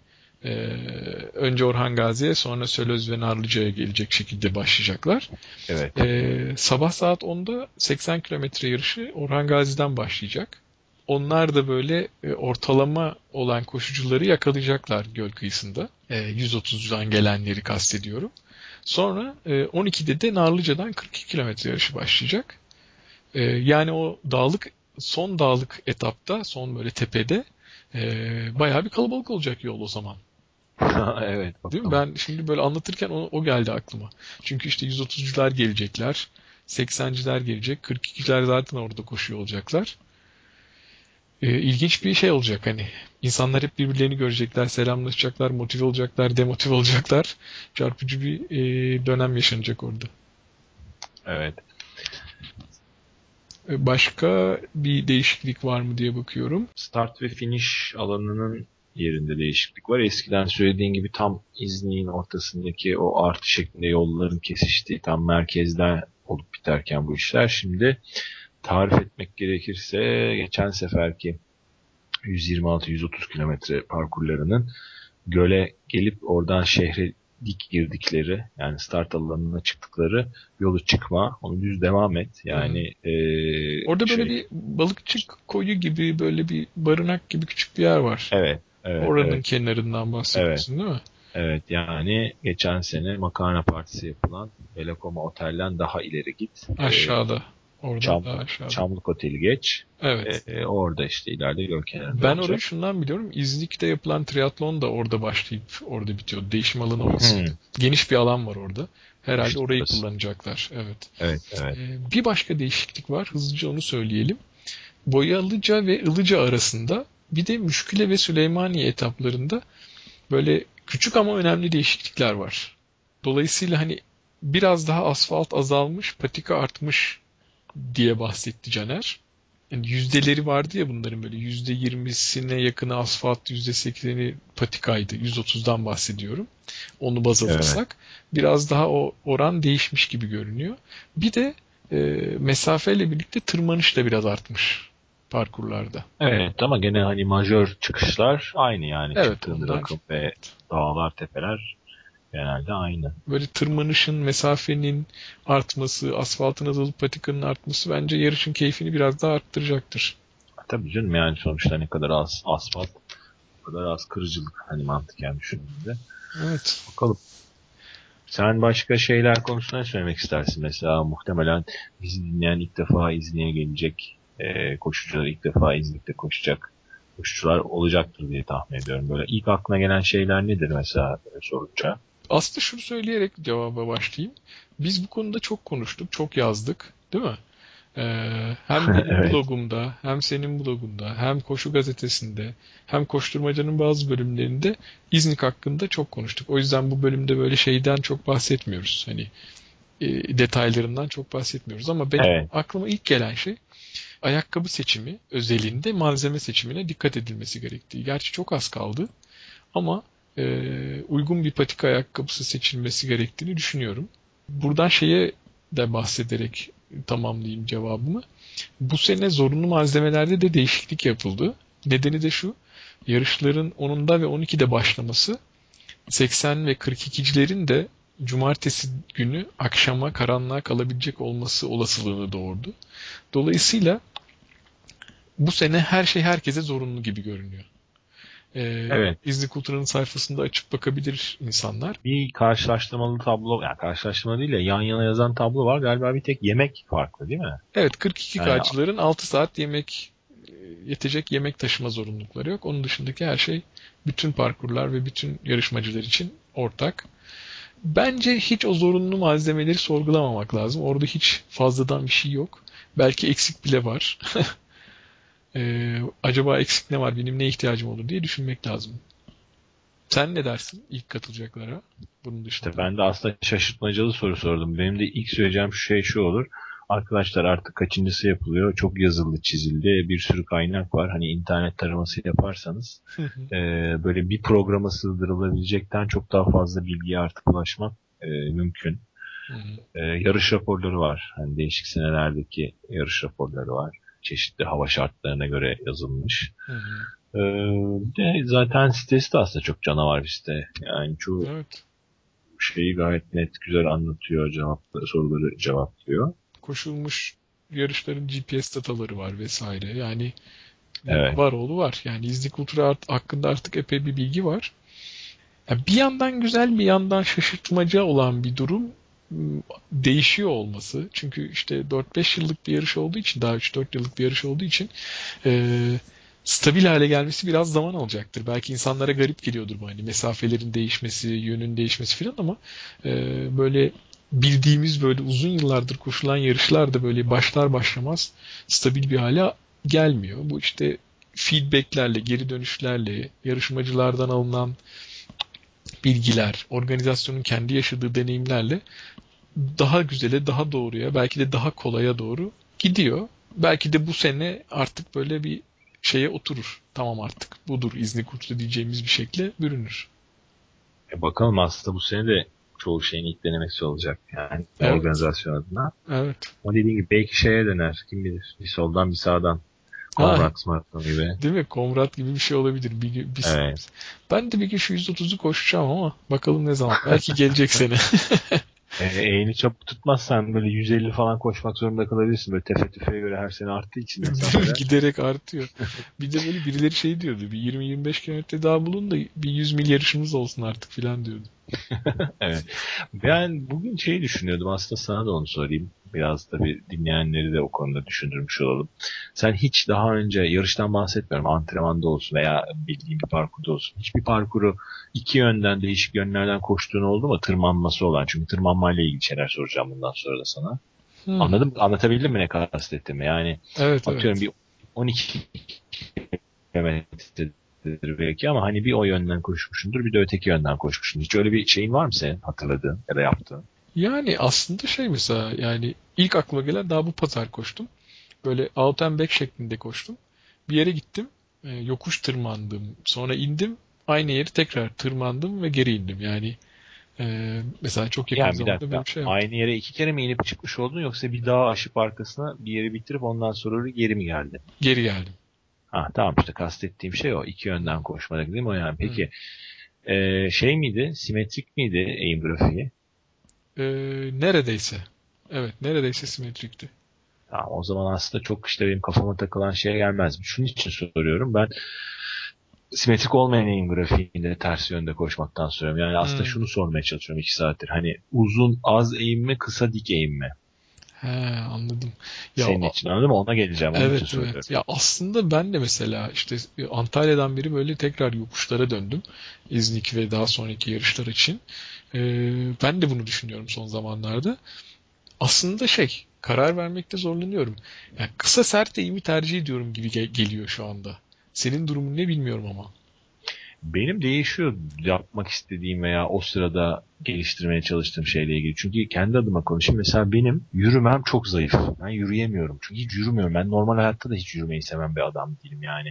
önce Orhan Gazi'ye sonra Sölöz ve Narlıca'ya gelecek şekilde başlayacaklar. Evet. Sabah saat 10'da 80 kilometre yarışı Orhan Gazi'den başlayacak. onlar da böyle ortalama olan koşucuları yakalayacaklar göl kıyısında. 130'dan gelenleri kastediyorum. Sonra 12'de de Narlıca'dan 42 kilometre yarışı başlayacak. Yani o son dağlık etapta, son böyle tepede bayağı bir kalabalık olacak yol o zaman. Evet, Değil mi? bakalım. Ben şimdi böyle anlatırken o geldi aklıma. Çünkü işte 130'cular gelecekler, 80'ciler gelecek, 42'ciler zaten orada koşuyor olacaklar. İlginç bir şey olacak hani. İnsanlar hep birbirlerini görecekler, selamlaşacaklar, motive olacaklar, demotive olacaklar. Çarpıcı bir dönem yaşanacak orada. Evet. Başka bir değişiklik var mı diye bakıyorum. Start ve finish alanının yerinde değişiklik var. Eskiden söylediğin gibi tam İznik'in ortasındaki o artı şeklinde yolların kesiştiği tam merkezden olup biterken bu işler şimdi tarif etmek gerekirse geçen seferki 126-130 kilometre parkurlarının göle gelip oradan şehre dik girdikleri yani start alanına çıktıkları yolu çıkma onu düz devam et yani Orada böyle bir balıkçı koyu gibi böyle bir barınak gibi küçük bir yer var. evet evet Oranın evet kenarından evet bahsediyorsun değil mi? evet yani geçen sene makarna partisi yapılan Velakoma Otel'den daha ileri git. Aşağıda. Oradan Çam, daha aşağıda. Çamlık Oteli geç. Evet. Orada işte ileride göl kenarında Ben orayı olacak. şundan biliyorum. İznik'te yapılan triatlon da orada başlayıp orada bitiyor. Değişim alanı orası. Hmm, Geniş bir alan var orada. Herhalde işte orayı orası. kullanacaklar. Evet. Evet evet. Bir başka değişiklik var. Hızlıca onu söyleyelim. Boyalıca ve Ilıca arasında bir de Müşküle ve Süleymaniye etaplarında böyle küçük ama önemli değişiklikler var. Dolayısıyla hani biraz daha asfalt azalmış, patika artmış diye bahsetti Caner. Yani yüzdeleri vardı ya bunların böyle %20'sine yakını asfalt, %80'i patikaydı. 130'dan bahsediyorum. Onu baz Evet. alırsak biraz daha o oran değişmiş gibi görünüyor. Bir de mesafeyle birlikte tırmanış da biraz artmış parkurlarda. Evet ama gene hani majör çıkışlar aynı yani Evet çıktığın onlar rakım ve dağlar tepeler genelde aynı. böyle tırmanışın, mesafenin artması, asfaltın azalıp patikanın artması bence yarışın keyfini biraz daha arttıracaktır. Tabii canım yani sonuçta ne kadar az asfalt o kadar az kırıcılık hani mantıken düşündüğünde. Evet. Bakalım. Sen başka şeyler konusunda ne söylemek istersin? Mesela muhtemelen bizi dinleyen ilk defa İznik'e gelecek koşucular, ilk defa İznik'te koşacak koşucular olacaktır diye tahmin ediyorum. Böyle ilk aklına gelen şeyler nedir mesela sorunca? Aslında şunu söyleyerek cevaba başlayayım. Biz bu konuda çok konuştuk, çok yazdık, değil mi? Hem benim Evet. blogumda, hem senin blogunda, hem Koşu Gazetesi'nde, hem Koşturmaca'nın bazı bölümlerinde İznik hakkında çok konuştuk. O yüzden bu bölümde böyle şeyden çok bahsetmiyoruz. Hani detaylarından çok bahsetmiyoruz. Ama benim Evet. aklıma ilk gelen şey ayakkabı seçimi özelinde malzeme seçimine dikkat edilmesi gerektiği. Gerçi çok az kaldı ama uygun bir patika ayakkabısı seçilmesi gerektiğini düşünüyorum. Buradan şeye de bahsederek tamamlayayım cevabımı. Bu sene zorunlu malzemelerde de değişiklik yapıldı. Nedeni de şu, yarışların 10'unda ve 12'de başlaması 80 ve 42'cilerin de cumartesi günü akşama karanlığa kalabilecek olması olasılığını doğurdu. Dolayısıyla bu sene her şey herkese zorunlu gibi görünüyor. Evet. İznik Ultra'nın sayfasında açıp bakabilir insanlar. Bir karşılaştırmalı tablo, yani karşılaştırma değil de yan yana yazan tablo var. Galiba bir tek yemek farklı değil mi? Evet, 42 Yani K'cıların 6 saat yetecek yemek taşıma zorunlulukları yok. Onun dışındaki her şey bütün parkurlar ve bütün yarışmacılar için ortak. Bence hiç o zorunlu malzemeleri sorgulamamak lazım. Orada hiç fazladan bir şey yok. Belki eksik bile var. Acaba eksik ne var, benim ne ihtiyacım olur diye düşünmek lazım. Sen ne dersin ilk katılacaklara bunun İşte dışında? ben de aslında şaşırtmacalı soru sordum. Benim de ilk söyleyeceğim şey şu olur. Arkadaşlar artık kaçıncısı yapılıyor? Çok yazıldı, çizildi. Bir sürü kaynak var. Hani internet taraması yaparsanız böyle bir programa sığdırılabilecekten çok daha fazla bilgiye artık ulaşmak mümkün. Yarış raporları var. Hani değişik senelerdeki yarış raporları var. Çeşitli hava şartlarına göre yazılmış. Bir de zaten sitesi de aslında çok canavar bir site. Yani çoğu Evet. şeyi gayet net, güzel anlatıyor, soruları cevaplıyor. Koşulmuş yarışların GPS dataları var vesaire. Yani Evet. Var oğlu var. Yani İznik Ultra hakkında artık epey bir bilgi var. Ya bir yandan güzel, bir yandan şaşırtmaca olan bir durum değişiyor olması. Çünkü işte 4-5 yıllık bir yarış olduğu için, daha 3-4 yıllık bir yarış olduğu için e, stabil hale gelmesi biraz zaman alacaktır. Belki insanlara garip geliyordur bu, hani mesafelerin değişmesi, yönün değişmesi falan, ama böyle bildiğimiz böyle uzun yıllardır koşulan yarışlar da böyle başlar başlamaz stabil bir hale gelmiyor. Bu işte feedbacklerle, geri dönüşlerle, yarışmacılardan alınan bilgiler, organizasyonun kendi yaşadığı deneyimlerle daha güzele, daha doğruya, belki de daha kolaya doğru gidiyor. Belki de bu sene artık böyle bir şeye oturur. Tamam, artık budur İznik Kurtu diyeceğimiz bir şekle bürünür. Bakalım, aslında bu sene de çoğu şeyin ilk denemesi olacak yani Evet. organizasyon adına. Evet. O dediğin gibi belki şeye döner, kim bilir. Bir soldan bir sağdan. Ha, Comrades Marathon gibi. değil mi? Komrat gibi bir şey olabilir. Evet. Ben de bir gün şu 130'u koşacağım ama bakalım ne zaman. Belki gelecek sene. Eğini çabuk tutmazsan böyle 150 falan koşmak zorunda kalabilirsin. Böyle tefe tüfeğe göre her sene arttığı için Değil mi? mesafeler. Giderek artıyor. Bir de böyle birileri şey diyordu. Bir 20-25 kilometre daha bulun da bir 100 mil yarışımız olsun artık filan diyordu. Evet. Ben bugün şeyi düşünüyordum. Aslında sana da onu sorayım. Biraz tabii dinleyenleri de o konuda düşündürmüş olalım. Sen hiç daha önce, yarıştan bahsetmiyorum, antrenmanda olsun veya bildiğin bir parkurda olsun, hiçbir parkuru iki yönden, değişik yönlerden koştuğun oldu mu? Tırmanması olan. Çünkü tırmanmayla ilgili şeyler soracağım bundan sonra da sana. Hmm. Anladın mı? Anlatabildim mi ne kastettiğimi? Yani Evet, atıyorum evet. bir 12 kilometredir belki, ama hani bir o yönden koşmuşsundur, bir de öteki yönden koşmuşsundur. Hiç öyle bir şeyin var mı senin hatırladığın ya da yaptığın? Yani aslında şey, mesela yani ilk aklıma gelen, daha bu pazar koştum. Böyle out and back şeklinde koştum. Bir yere gittim. Yokuş tırmandım. Sonra indim. Aynı yeri tekrar tırmandım ve geri indim. Yani mesela çok yakın Yani bir zamanda böyle dakika. bir şey yaptım. Aynı yere iki kere mi inip çıkmış oldun, yoksa bir dağı aşıp arkasına bir yeri bitirip ondan sonra geri mi geldin? Geri geldim. Ha tamam, işte kastettiğim şey o. İki Hı yönden koşmadık değil mi o yani? hı. Peki şey miydi? Simetrik miydi eğim grafiği? Neredeyse. Evet, neredeyse simetrikti. Tamam, o zaman aslında çok işte benim kafama takılan şeye gelmez. Şunun için soruyorum. Ben simetrik olmayan eğim grafiğinde ters yönde koşmaktan soruyorum. Yani aslında Hmm. şunu sormaya çalışıyorum 2 saattir. Hani uzun az eğim mi, kısa dik eğim mi? He, anladım. Ya Senin için, anladın mı? Ona geleceğim. Onun için evet, soruyorum. evet. Ya aslında ben de mesela işte Antalya'dan beri böyle tekrar yokuşlara döndüm. İznik ve daha sonraki yarışlar için. Ben de bunu düşünüyorum son zamanlarda. Aslında şey, karar vermekte zorlanıyorum. Yani kısa sert eğimi tercih ediyorum gibi geliyor şu anda. Senin durumun ne bilmiyorum ama. Benim değişiyor yapmak istediğim veya o sırada geliştirmeye çalıştığım şeyle ilgili. Çünkü kendi adıma konuşayım. Mesela benim yürümem çok zayıf. Ben yürüyemiyorum. Çünkü hiç yürümüyorum. Ben normal hayatta da hiç yürümeyi seven bir adam değilim yani.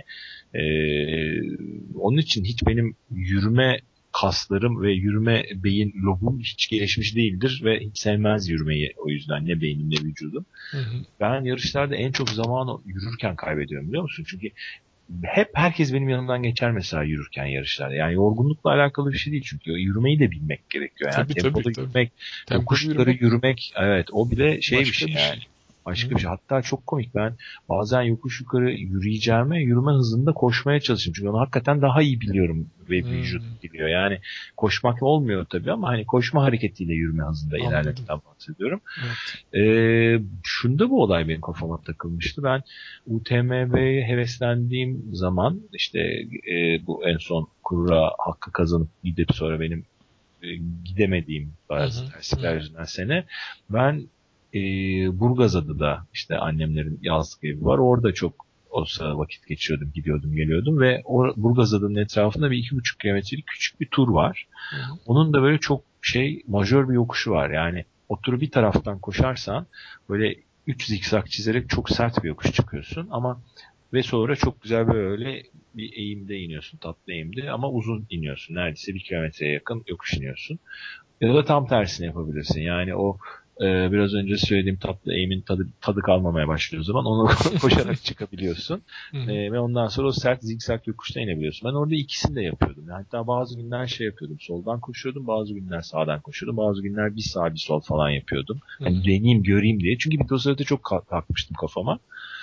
Onun için hiç benim yürüme kaslarım ve yürüme beyin lobum hiç gelişmiş değildir ve hiç sevmez yürümeyi, o yüzden ne beynim ne vücudum. Hı hı. Ben yarışlarda en çok zamanı yürürken kaybediyorum, biliyor musun? Çünkü hep herkes benim yanımdan geçer mesela yürürken yarışlarda. Yani yorgunlukla alakalı bir şey değil, çünkü yürümeyi de bilmek gerekiyor. Yani Tabii, tabii, tempolu tabii. yürümek, Tempolu yokuşları yürümek yürümek, evet, o bile şey bir başka şey bir yani. şey. Başka Hı. bir şey. Hatta çok komik, ben bazen yokuş yukarı yürüyeceğime yürüme hızında koşmaya çalışıyorum. Çünkü onu hakikaten daha iyi biliyorum ve Hı. vücut biliyor. Yani koşmak olmuyor tabii, ama hani koşma hareketiyle yürüme hızında Anladım. ilerlemekten bahsediyorum. Evet. Şunda bu olay benim kafama takılmıştı. Ben UTMB'ye heveslendiğim zaman işte bu en son Kura hakkı kazanıp gidip sonra benim e, gidemediğim Hı bazı hı. Hı terslikler hı. yüzünden sene, ben e, Burgazada'da işte annemlerin yazlık evi var. Orada çok o sıra vakit geçiriyordum, gidiyordum, geliyordum ve o Burgazada'nın etrafında bir 2,5 kilometrelik küçük bir tur var. Hı hı. Onun da böyle çok majör bir yokuşu var. Yani o turu bir taraftan koşarsan böyle 3 zikzak çizerek çok sert bir yokuş çıkıyorsun, ama ve sonra çok güzel böyle bir eğimde iniyorsun, tatlı eğimde, ama uzun iniyorsun. Neredeyse 1 kilometreye yakın yokuş iniyorsun. Ya da tam tersini yapabilirsin. Yani o biraz önce söylediğim tatlı eğimin tadı kalmamaya başlıyor o zaman. Onu koşarak çıkabiliyorsun. Hı hı. Ve ondan sonra o sert zigzag yokuşta inebiliyorsun. Ben orada ikisini de yapıyordum. Yani hatta bazı günler şey yapıyordum. Soldan koşuyordum. Bazı günler sağdan koşuyordum. Bazı günler bir sağ bir sol falan yapıyordum. Hı Hani hı. deneyeyim, göreyim diye. Çünkü bir sırada çok takmıştım kafama.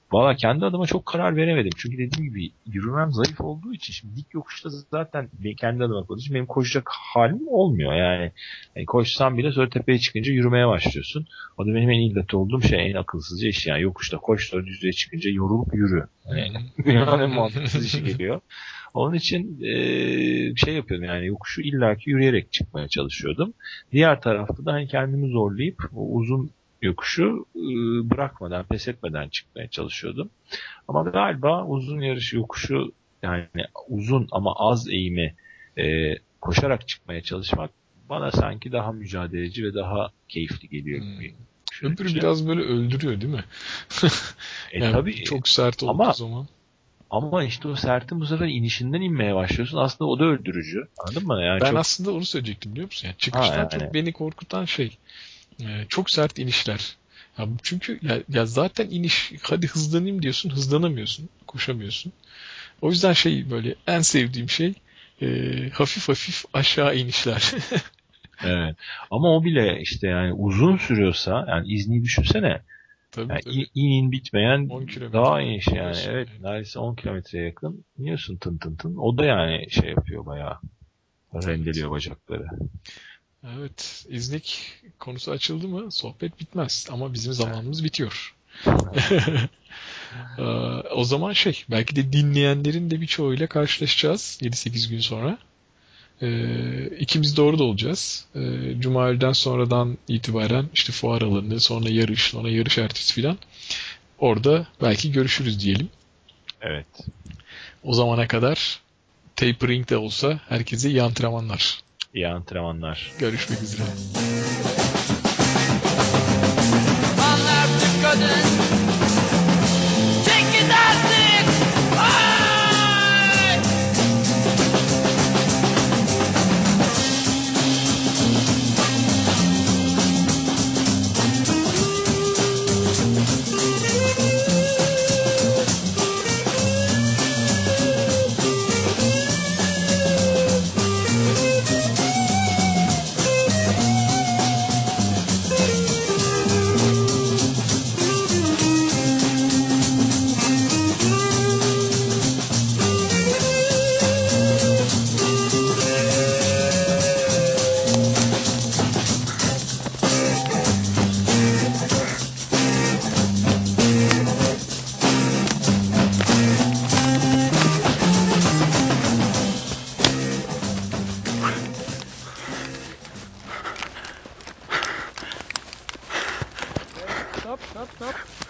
Valla kendi adıma çok karar veremedim. Çünkü dediğim gibi yürümem zayıf olduğu için şimdi dik yokuşta zaten kendi adıma konuşayım. Benim koşacak halim olmuyor. Yani koşsam bile sonra tepeye çıkınca yürümeye başlıyorsun. O da benim en illet olduğum şey, en akılsızca iş yani. Yokuşta koş, sonra düzlüğe çıkınca yorulup yürü. Hani dünyanın en mantıksız işi geliyor. Onun için şey yapıyordum yani, yokuşu illaki yürüyerek çıkmaya çalışıyordum. Diğer tarafta da hani kendimi zorlayıp o uzun yokuşu bırakmadan, pes etmeden çıkmaya çalışıyordum. Ama galiba uzun yarış yokuşu, yani uzun ama az eğimi koşarak çıkmaya çalışmak bana sanki daha mücadeleci ve daha keyifli geliyor gibi. Öbürü biraz böyle öldürüyor değil mi? Yani tabii çok sert olduğu zaman. Ama işte o sertin bu sefer inişinden inmeye başlıyorsun. Aslında o da öldürücü. Anladın mı? Yani ben aslında onu söyleyecektim, biliyor musun? Yani çıkıştan çok beni korkutan şey çok sert inişler. Ya çünkü ya zaten iniş, hadi hızlanayım diyorsun, hızlanamıyorsun, koşamıyorsun. O yüzden şey, böyle en sevdiğim şey hafif hafif aşağı inişler. Evet. Ama o bile işte yani uzun sürüyorsa, yani izni düşünsene. Tabii Yani tabii. inin bitmeyen 10 kilometre daha falan iniş yani. gidiyorsun Evet. yani. Neredeyse 10 kilometreye yakın iniyorsun tın tın tın. O da yani şey yapıyor bayağı. Evet. Rendeliyor bacakları. Evet. İznik konusu açıldı mı sohbet bitmez. Ama bizim zamanımız bitiyor. Ee, O zaman şey, belki de dinleyenlerin de birçoğuyla karşılaşacağız 7-8 gün sonra. İkimiz de orada olacağız. Cuma öğleden sonradan itibaren işte fuar alanı, sonra yarış ertesi filan. Orada belki görüşürüz diyelim. Evet. O zamana kadar tapering de olsa herkese iyi antrenmanlar. İyi antrenmanlar. Görüşmek üzere. Stop.